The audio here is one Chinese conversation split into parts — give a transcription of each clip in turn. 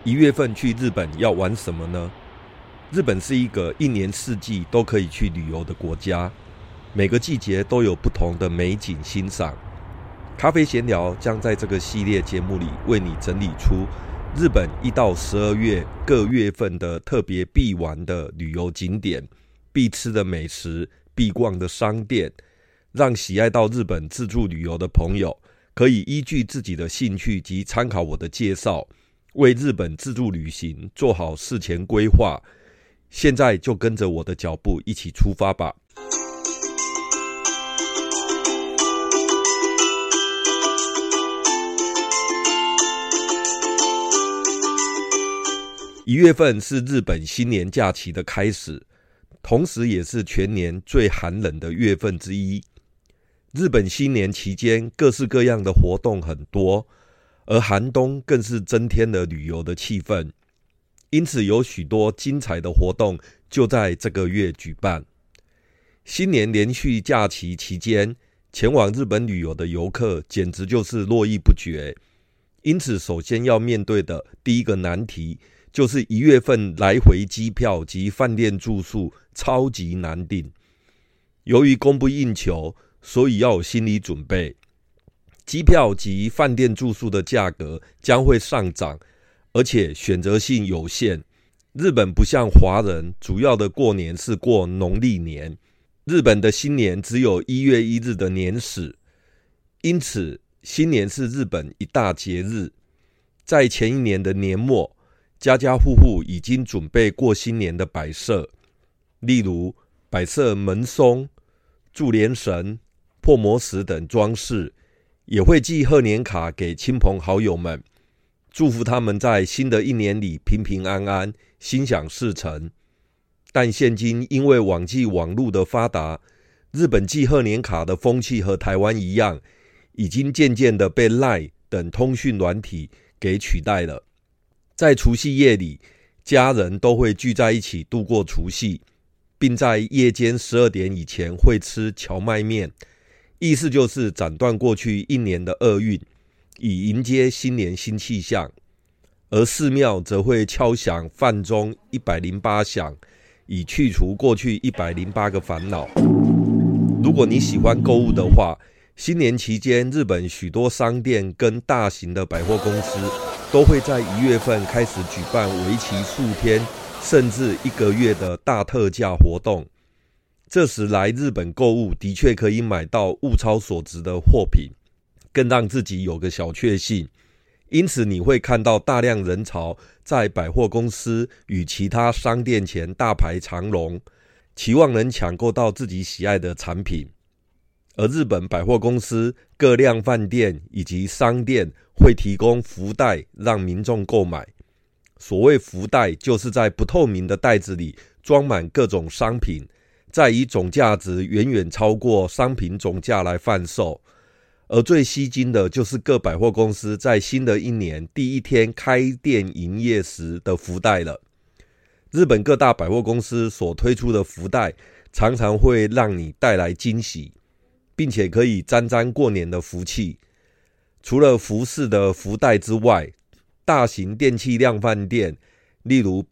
1月份去日本要玩什么呢？日本是一个一年四季都可以去旅游的国家，每个季节都有不同的美景欣赏。咖啡闲聊将在这个系列节目里为你整理出日本1到12月各月份的特别必玩的旅游景点、必吃的美食、必逛的商店，让喜爱到日本自助旅游的朋友可以依据自己的兴趣及参考我的介绍，为日本自助旅行做好事前规划。现在就跟着我的脚步一起出发吧。1月份是日本新年假期的开始，同时也是全年最寒冷的月份之一。日本新年期间各式各样的活动很多，而寒冬更是增添了旅游的气氛，因此有许多精彩的活动就在这个月举办。新年连续假期期间，前往日本旅游的游客简直就是络绎不绝，因此首先要面对的第一个难题就是1月份来回机票及饭店住宿超级难订。由于供不应求，所以要有心理准备，机票及饭店住宿的价格将会上涨，而且选择性有限。日本不像华人，主要的过年是过农历年，日本的新年只有1月1日的年始，因此新年是日本一大节日。在前一年的年末，家家户户已经准备过新年的摆设，例如摆设门松、注连绳、破魔石等装饰，也会寄贺年卡给亲朋好友们，祝福他们在新的一年里平平安安、心想事成。但现今因为网际网络的发达，日本寄贺年卡的风气和台湾一样，已经渐渐的被 LINE 等通讯软体给取代了。在除夕夜里，家人都会聚在一起度过除夕，并在夜间12点以前会吃荞麦面，意思就是斩断过去一年的厄运，以迎接新年新气象。而寺庙则会敲响饭钟108响，以去除过去108个烦恼。如果你喜欢购物的话，新年期间日本许多商店跟大型的百货公司都会在1月份开始举办为期数天甚至1个月的大特价活动。这时来日本购物的确可以买到物超所值的货品，更让自己有个小确幸。因此你会看到大量人潮在百货公司与其他商店前大排长龙，期望能抢购到自己喜爱的产品。而日本百货公司、各量饭店以及商店会提供福袋让民众购买。所谓福袋，就是在不透明的袋子里装满各种商品，再以总价值远远超过商品总价来贩售。而最吸睛的就是各百货公司在新的一年第一天开店营业时的福袋了。日本各大百货公司所推出的福袋常常会让你带来惊喜，并且可以沾沾过年的福气。除了服饰的福袋之外，大型电器量贩店，例如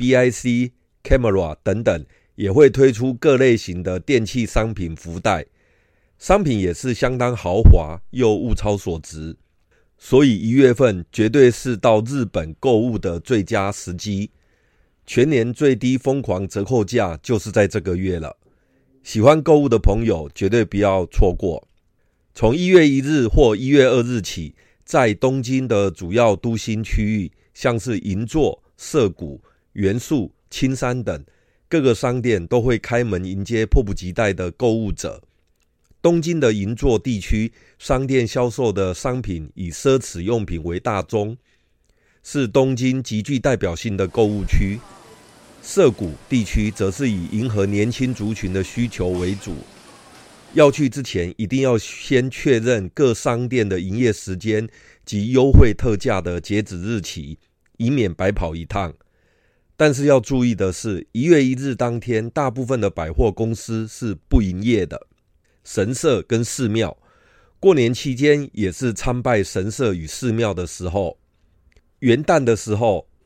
BIC、Camera 等等，也会推出各类型的电器商品福袋，商品也是相当豪华又物超所值。所以1月份绝对是到日本购物的最佳时机，全年最低疯狂折扣价就是在这个月了。喜欢购物的朋友绝对不要错过。从1月1日或1月2日起，在东京的主要都心区域，像是银座、涩谷、原宿、青山等各个商店都会开门迎接迫不及待的购物者。东京的银座地区商店销售的商品以奢侈用品为大宗，是东京极具代表性的购物区。涩谷地区则是以迎合年轻族群的需求为主。要去之前一定要先确认各商店的营业时间及优惠特价的截止日期，以免白跑一趟。但是要注意的是，1月1日当天大部分的百货公司是不营业的。神社跟寺庙过年期间也是参拜神社与寺庙的时候。元旦的时候，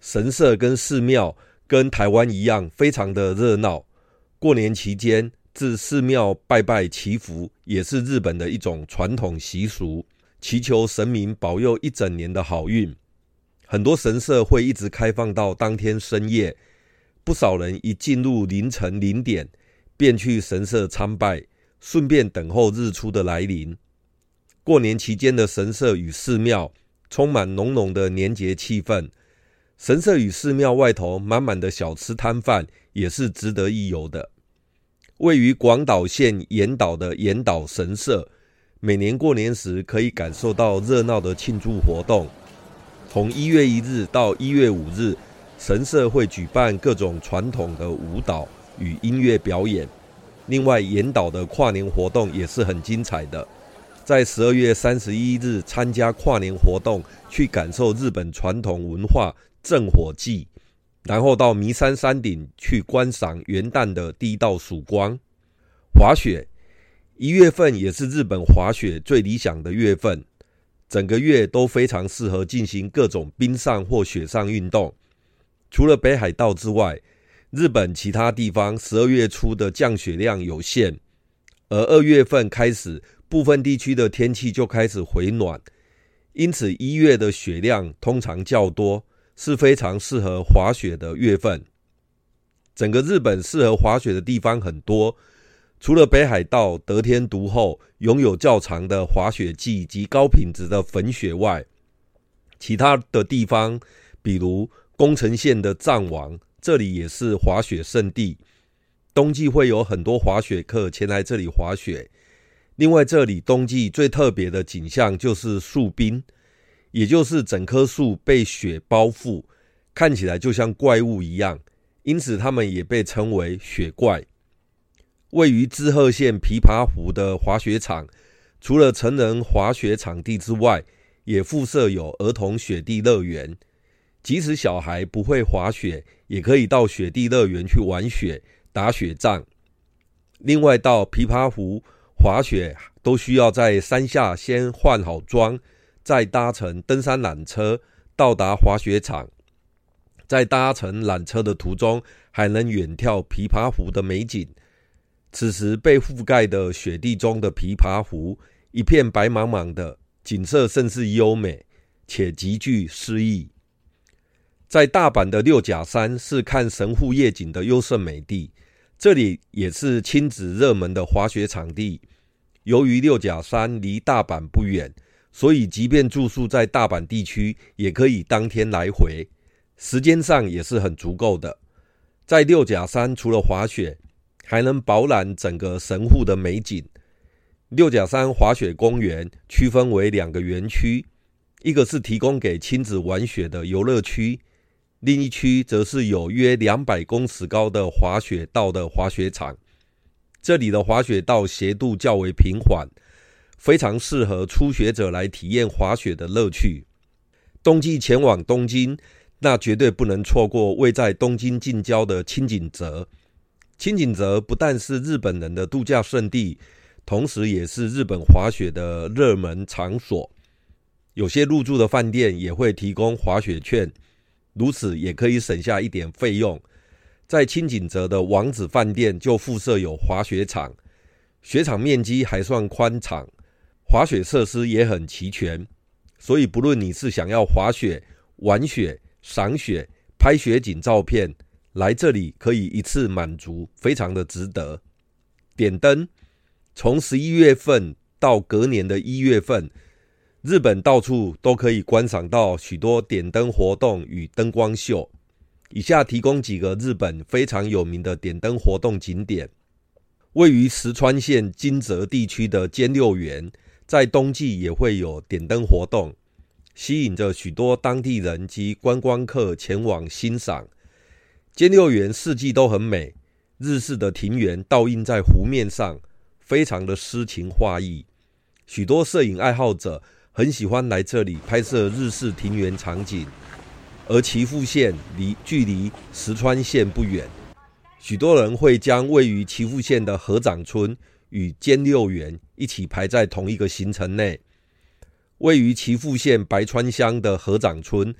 神社跟寺庙跟台湾一样非常的热闹。过年期间至寺庙拜拜祈福也是日本的一种传统习俗，祈求神明保佑一整年的好运。很多神社会一直开放到当天深夜，不少人一进入凌晨0点便去神社参拜，顺便等候日出的来临。过年期间的神社与寺庙充满浓浓的年节气氛，神社与寺庙外头满满的小吃摊贩也是值得一游的。位于广岛县岩岛的岩岛神社，每年过年时可以感受到热闹的庆祝活动。从1月1日到1月5日，神社会举办各种传统的舞蹈与音乐表演。另外，岩岛的跨年活动也是很精彩的。在12月31日参加跨年活动，去感受日本传统文化正火祭，然后到弥山山顶去观赏元旦的第一道曙光。滑雪，1月份也是日本滑雪最理想的月份，整个月都非常适合进行各种冰上或雪上运动。除了北海道之外，日本其他地方12月初的降雪量有限，而2月份开始，部分地区的天气就开始回暖，因此1月的雪量通常较多，是非常适合滑雪的月份。整个日本适合滑雪的地方很多，除了北海道得天独厚，拥有较长的滑雪季及高品质的粉雪外，其他的地方比如宫城县的藏王，这里也是滑雪胜地，冬季会有很多滑雪客前来这里滑雪。另外，这里冬季最特别的景象就是树冰，也就是整棵树被雪包覆，看起来就像怪物一样，因此他们也被称为雪怪。位于滋贺县琵琶湖的滑雪场，除了成人滑雪场地之外，也附设有儿童雪地乐园，即使小孩不会滑雪，也可以到雪地乐园去玩雪、打雪仗。另外，到琵琶湖滑雪都需要在山下先换好装，再搭乘登山缆车到达滑雪场。在搭乘缆车的途中，还能远眺琵琶湖的美景。此时被覆盖的雪地中的琵琶湖，一片白茫茫的，景色甚是优美，且极具诗意。在大阪的六甲山是看神户夜景的优胜美地，这里也是亲子热门的滑雪场地。由于六甲山离大阪不远，所以即便住宿在大阪地区，也可以当天来回，时间上也是很足够的。在六甲山除了滑雪，还能饱览整个神户的美景。六甲山滑雪公园区分为2个园区，一个是提供给亲子玩雪的游乐区，另一区则是有约200公尺高的滑雪道的滑雪场。这里的滑雪道斜度较为平缓，非常适合初学者来体验滑雪的乐趣。冬季前往东京，那绝对不能错过位在东京近郊的轻井泽。轻井泽不但是日本人的度假胜地，同时也是日本滑雪的热门场所。有些入住的饭店也会提供滑雪券，如此也可以省下一点费用。在轻井泽的王子饭店就附设有滑雪场，雪场面积还算宽敞，滑雪设施也很齐全，所以不论你是想要滑雪、玩雪、赏雪、拍雪景照片，来这里可以一次满足，非常的值得。点灯，从11月份到隔年的1月份，日本到处都可以观赏到许多点灯活动与灯光秀。以下提供几个日本非常有名的点灯活动景点。位于石川县金泽地区的兼六园，在冬季也会有点灯活动，吸引着许多当地人及观光客前往欣赏。兼六园四季都很美，日式的庭园倒映在湖面上，非常的诗情画意。许多摄影爱好者很喜欢来这里拍摄日式庭园场景。而岐阜县距离石川县不远，许多人会将位于岐阜县的合掌村与兼六园一起排在同一个行程内。位于岐阜县白川乡的合掌村，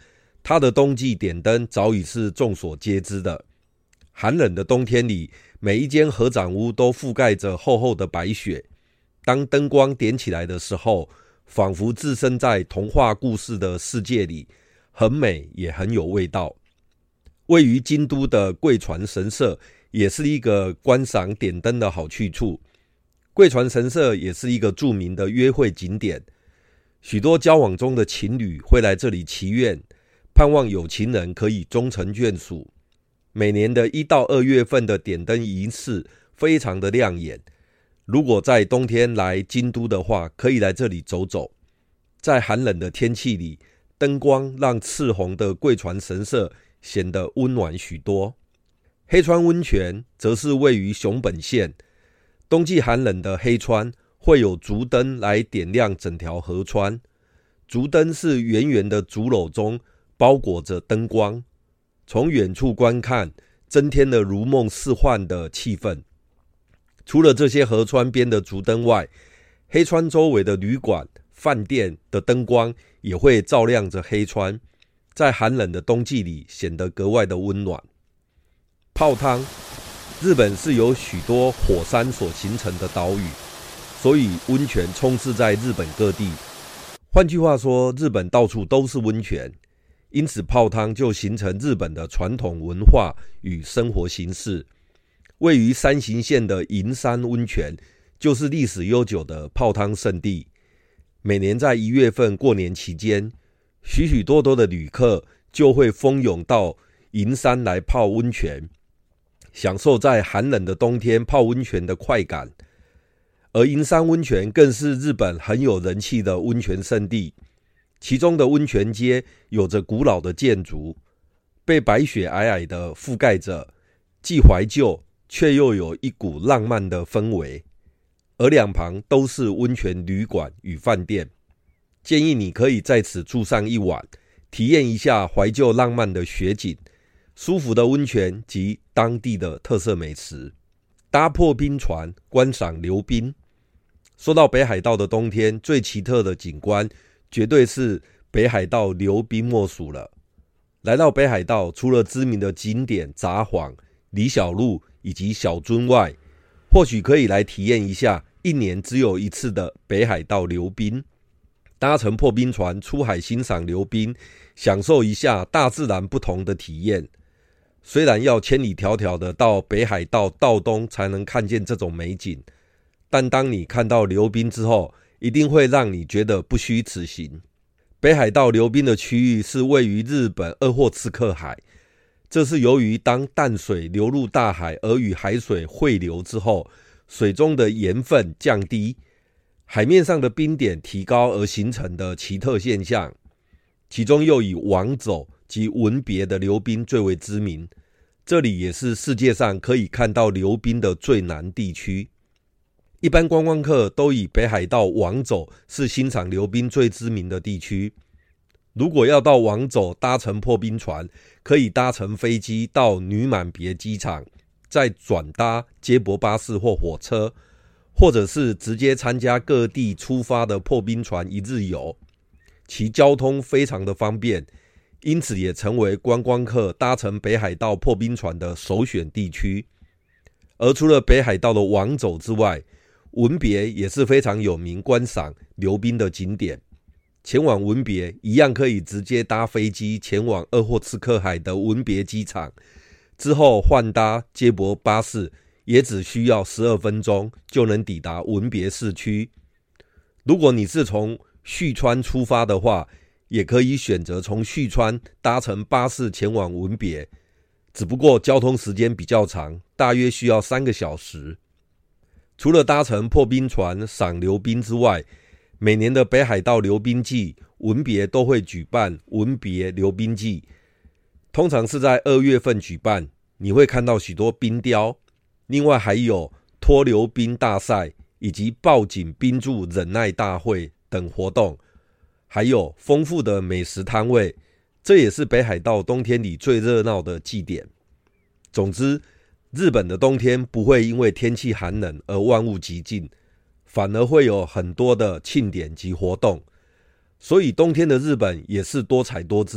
它的冬季点灯早已是众所皆知的。寒冷的冬天里，每一间合掌屋都覆盖着厚厚的白雪，当灯光点起来的时候，仿佛置身在童话故事的世界里，很美也很有味道。位于京都的贵船神社也是一个观赏点灯的好去处。贵船神社也是一个著名的约会景点，许多交往中的情侣会来这里祈愿，盼望有情人可以终成眷属。每年的1到2月份的点灯仪式非常的亮眼，如果在冬天来京都的话，可以来这里走走。在寒冷的天气里，灯光让赤红的贵船神社显得温暖许多。黑川温泉则是位于熊本县，冬季寒冷的黑川会有竹灯来点亮整条河川，竹灯是圆圆的竹篓中包裹着灯光，从远处观看，增添了如梦似幻的气氛。除了这些河川边的竹灯外，黑川周围的旅馆、饭店的灯光也会照亮着黑川，在寒冷的冬季里显得格外的温暖。泡汤，日本是由许多火山所形成的岛屿，所以温泉充斥在日本各地。换句话说，日本到处都是温泉，因此泡汤就形成日本的传统文化与生活形式。位于山形县的银山温泉就是历史悠久的泡汤圣地。每年在1月份过年期间，许许多多的旅客就会蜂拥到银山来泡温泉，享受在寒冷的冬天泡温泉的快感。而银山温泉更是日本很有人气的温泉圣地，其中的温泉街有着古老的建筑，被白雪皑皑的覆盖着，既怀旧却又有一股浪漫的氛围。而两旁都是温泉旅馆与饭店，建议你可以在此住上一晚，体验一下怀旧浪漫的雪景、舒服的温泉及当地的特色美食。搭破冰船观赏流冰。说到北海道的冬天，最奇特的景观绝对是北海道流冰莫属了。来到北海道，除了知名的景点札幌、李小璐以及小樽外，或许可以来体验一下1年只有一次的北海道流冰。搭乘破冰船出海欣赏流冰，享受一下大自然不同的体验。虽然要千里迢迢的到北海道道东才能看见这种美景，但当你看到流冰之后，一定会让你觉得不虚此行。北海道流冰的区域是位于日本鄂霍次克海，这是由于当淡水流入大海而与海水汇流之后，水中的盐分降低，海面上的冰点提高而形成的奇特现象。其中又以王走及文别的流冰最为知名，这里也是世界上可以看到流冰的最南地区。一般观光客都以北海道王走是欣赏流冰最知名的地区。如果要到王走搭乘破冰船，可以搭乘飞机到女满别机场，再转搭接驳巴士或火车，或者是直接参加各地出发的破冰船一日游，其交通非常的方便，因此也成为观光客搭乘北海道破冰船的首选地区。而除了北海道的王走之外，文别也是非常有名观赏流冰的景点。前往文别一样可以直接搭飞机前往鄂霍次克海的文别机场，之后换搭接驳巴士，也只需要12分钟就能抵达文别市区。如果你是从旭川出发的话，也可以选择从旭川搭乘巴士前往文别，只不过交通时间比较长，大约需要3个小时。除了搭乘破冰船赏流冰之外，每年的北海道流冰季，文别都会举办文别流冰季，通常是在2月份举办，你会看到许多冰雕，另外还有拖流冰大赛以及抱紧冰柱忍耐大会等活动，还有丰富的美食摊位，这也是北海道冬天里最热闹的祭典。总之，日本的冬天不会因为天气寒冷而万物寂静，反而会有很多的庆典及活动，所以冬天的日本也是多彩多姿，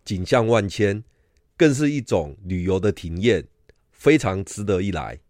景象万千，更是一种旅游的体验，非常值得一来。